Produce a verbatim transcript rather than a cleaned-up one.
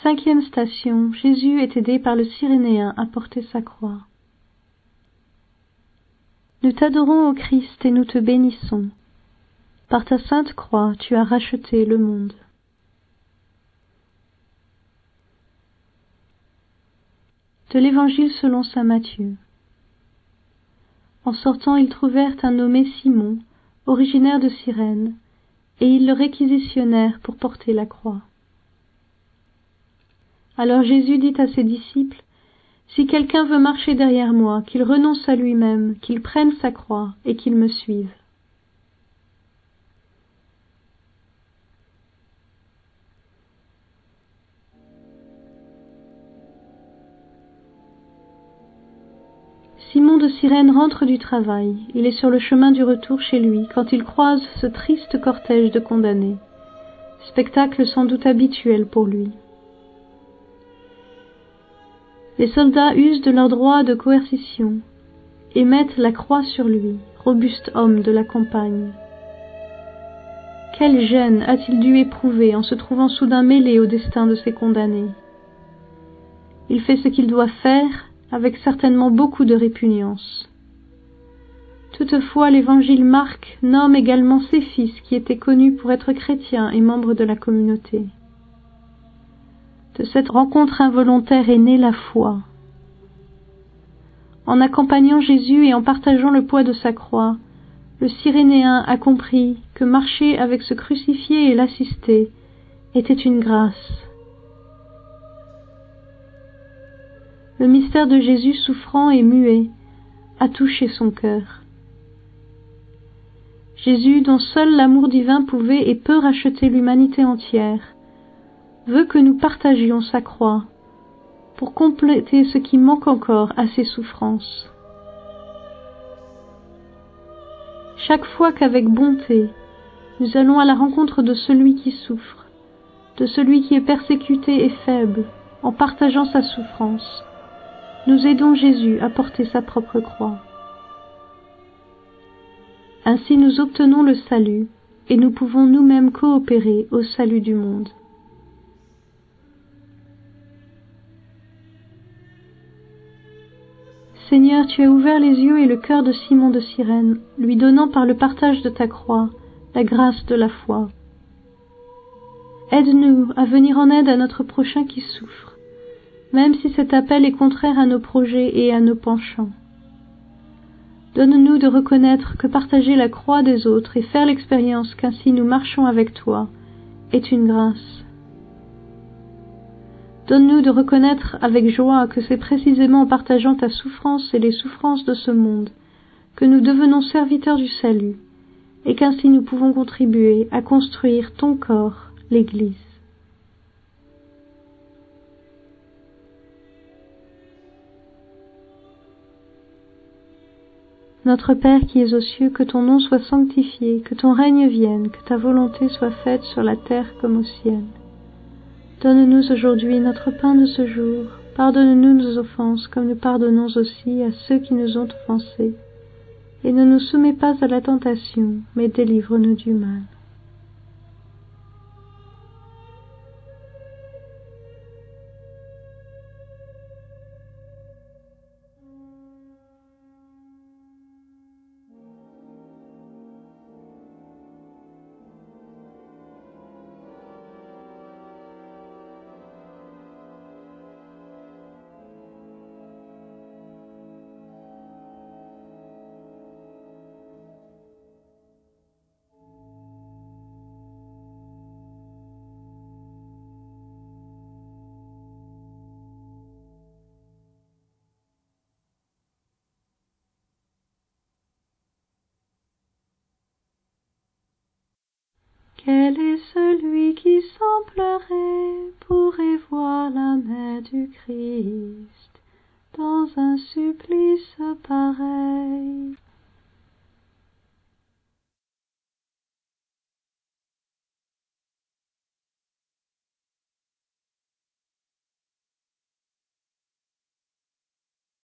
Cinquième station, Jésus est aidé par le Cyrénéen à porter sa croix. Nous t'adorons, ô Christ, et nous te bénissons. Par ta sainte croix, tu as racheté le monde. De l'Évangile selon saint Matthieu. En sortant, ils trouvèrent un nommé Simon, originaire de Cyrène, et ils le réquisitionnèrent pour porter la croix. Alors Jésus dit à ses disciples, « Si quelqu'un veut marcher derrière moi, qu'il renonce à lui-même, qu'il prenne sa croix et qu'il me suive. » Simon de Cyrène rentre du travail. Il est sur le chemin du retour chez lui quand il croise ce triste cortège de condamnés. Spectacle sans doute habituel pour lui. Les soldats usent de leur droit de coercition et mettent la croix sur lui, robuste homme de la campagne. Quelle gêne a-t-il dû éprouver en se trouvant soudain mêlé au destin de ces condamnés? Il fait ce qu'il doit faire, avec certainement beaucoup de répugnance. Toutefois, l'Évangile Marc nomme également ses fils qui étaient connus pour être chrétiens et membres de la communauté. De cette rencontre involontaire est née la foi. En accompagnant Jésus et en partageant le poids de sa croix, le Cyrénéen a compris que marcher avec ce crucifié et l'assister était une grâce. Le mystère de Jésus souffrant et muet a touché son cœur. Jésus, dont seul l'amour divin pouvait et peut racheter l'humanité entière, veut que nous partagions sa croix pour compléter ce qui manque encore à ses souffrances. Chaque fois qu'avec bonté, nous allons à la rencontre de celui qui souffre, de celui qui est persécuté et faible, en partageant sa souffrance, nous aidons Jésus à porter sa propre croix. Ainsi nous obtenons le salut et nous pouvons nous-mêmes coopérer au salut du monde. Seigneur, tu as ouvert les yeux et le cœur de Simon de Cyrène, lui donnant par le partage de ta croix la grâce de la foi. Aide-nous à venir en aide à notre prochain qui souffre, même si cet appel est contraire à nos projets et à nos penchants. Donne-nous de reconnaître que partager la croix des autres et faire l'expérience qu'ainsi nous marchons avec toi est une grâce. Donne-nous de reconnaître avec joie que c'est précisément en partageant ta souffrance et les souffrances de ce monde que nous devenons serviteurs du salut et qu'ainsi nous pouvons contribuer à construire ton corps, l'Église. Notre Père qui es aux cieux, que ton nom soit sanctifié, que ton règne vienne, que ta volonté soit faite sur la terre comme au ciel. Donne-nous aujourd'hui notre pain de ce jour. Pardonne-nous nos offenses, comme nous pardonnons aussi à ceux qui nous ont offensés. Et ne nous soumets pas à la tentation, mais délivre-nous du mal. Quel est celui qui sans pleurer pourrait voir la mère du Christ dans un supplice pareil?